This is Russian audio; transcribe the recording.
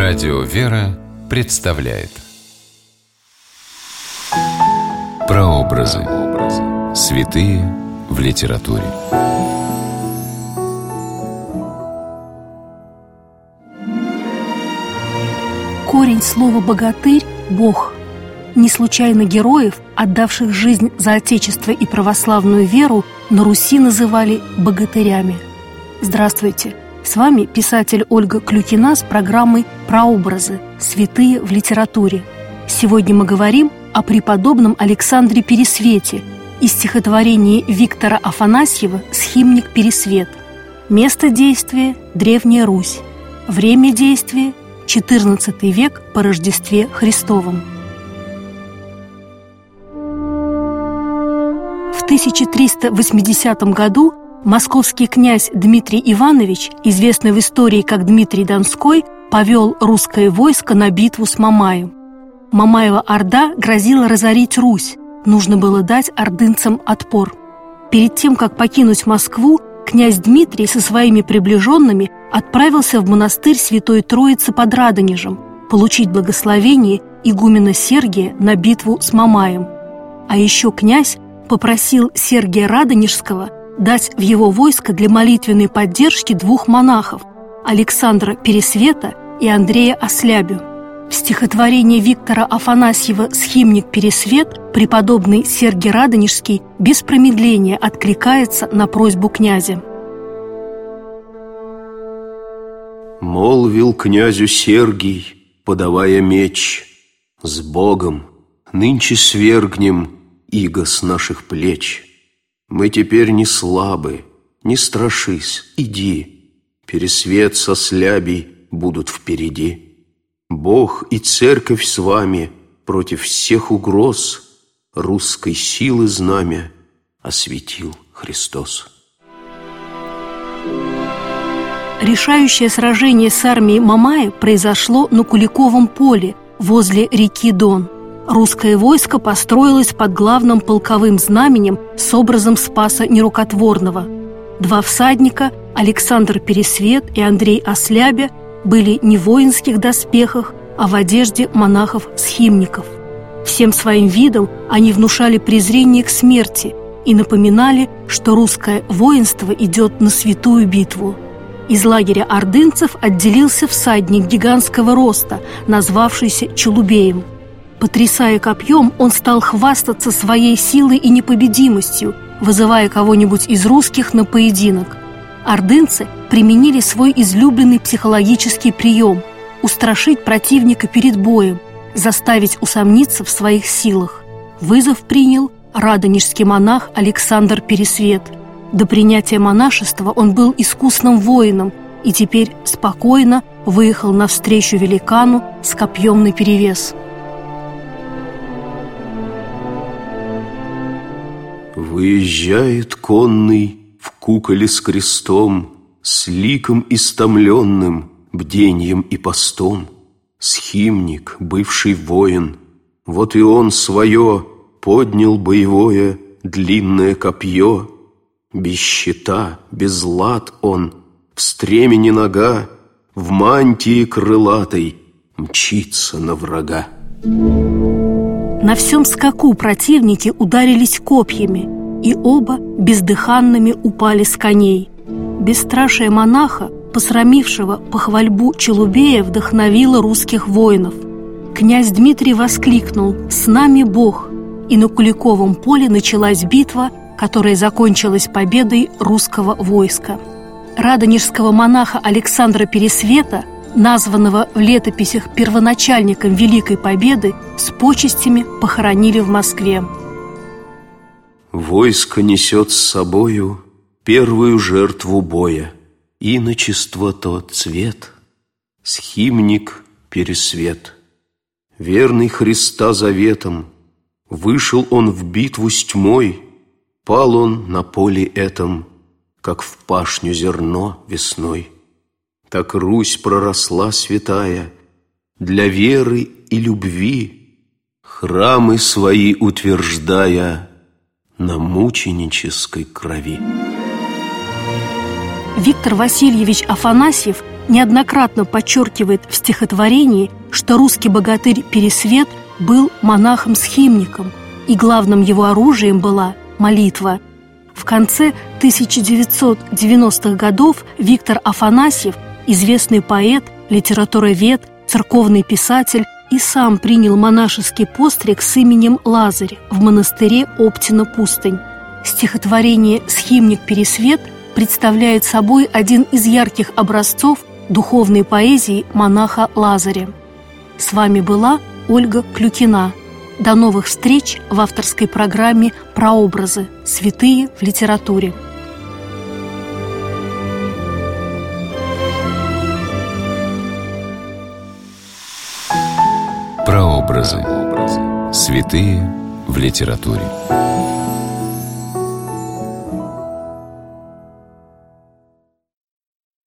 Радио «Вера» представляет Прообразы. Святые в литературе. Корень слова «богатырь» – Бог. Не случайно героев, отдавших жизнь за Отечество и православную веру, на Руси называли богатырями. Здравствуйте! С вами писатель Ольга Клюкина с программой «Прообразы. Святые в литературе». Сегодня мы говорим о преподобном Александре Пересвете из стихотворения Виктора Афанасьева «Схимник Пересвет». Место действия – Древняя Русь. Время действия – XIV век по Рождестве Христовом. В 1380 году московский князь Дмитрий Иванович, известный в истории как Дмитрий Донской, повел русское войско на битву с Мамаем. Мамаева орда грозила разорить Русь, нужно было дать ордынцам отпор. Перед тем, как покинуть Москву, князь Дмитрий со своими приближенными отправился в монастырь Святой Троицы под Радонежем получить благословение игумена Сергия на битву с Мамаем. А еще князь попросил Сергия Радонежского дать в его войско для молитвенной поддержки двух монахов – Александра Пересвета и Андрея Ослябю. В стихотворении Виктора Афанасьева «Схимник Пересвет» преподобный Сергий Радонежский без промедления откликается на просьбу князя. Молвил князю Сергий, подавая меч: «С Богом нынче свергнем иго с наших плеч. Мы теперь не слабы, не страшись, иди, Пересвет со Слябей будут впереди. Бог и церковь с вами против всех угроз русской силы знамя осветил Христос». Решающее сражение с армией Мамая произошло на Куликовом поле возле реки Дон. Русское войско построилось под главным полковым знаменем с образом Спаса Нерукотворного. Два всадника, Александр Пересвет и Андрей Ослябя, были не в воинских доспехах, а в одежде монахов-схимников. Всем своим видом они внушали презрение к смерти и напоминали, что русское воинство идет на святую битву. Из лагеря ордынцев отделился всадник гигантского роста, назвавшийся Челубеем. Потрясая копьем, он стал хвастаться своей силой и непобедимостью, вызывая кого-нибудь из русских на поединок. Ордынцы применили свой излюбленный психологический прием – устрашить противника перед боем, заставить усомниться в своих силах. Вызов принял радонежский монах Александр Пересвет. До принятия монашества он был искусным воином и теперь спокойно выехал навстречу великану с копьем наперевес. Выезжает конный в куколе с крестом, с ликом истомленным, бденьем и постом. Схимник, бывший воин, вот и он свое поднял боевое длинное копье. Без щита, без лад он, в стремени нога, в мантии крылатой мчится на врага. На всем скаку противники ударились копьями, и оба бездыханными упали с коней. Бесстрашие монаха, посрамившего похвальбу Челубея, вдохновило русских воинов. Князь Дмитрий воскликнул: «С нами Бог!» И на Куликовом поле началась битва, которая закончилась победой русского войска. Радонежского монаха Александра Пересвета, названного в летописях первоначальником Великой Победы, с почестями похоронили в Москве. Войско несет с собою первую жертву боя, иночество то цвет, схимник Пересвет. Верный Христа заветом, вышел он в битву с тьмой, пал он на поле этом, как в пашню зерно весной. Так Русь проросла святая, для веры и любви, храмы свои утверждая на мученической крови. Виктор Васильевич Афанасьев неоднократно подчеркивает в стихотворении, что русский богатырь Пересвет был монахом-схимником, и главным его оружием была молитва. В конце 1990-х годов Виктор Афанасьев, известный поэт, литературовед, церковный писатель, и сам принял монашеский постриг с именем Лазарь в монастыре Оптина-Пустынь. Стихотворение «Схимник Пересвет» представляет собой один из ярких образцов духовной поэзии монаха Лазаря. С вами была Ольга Клюкина. До новых встреч в авторской программе «Прообразы. Святые в литературе». Прообразы. Святые в литературе.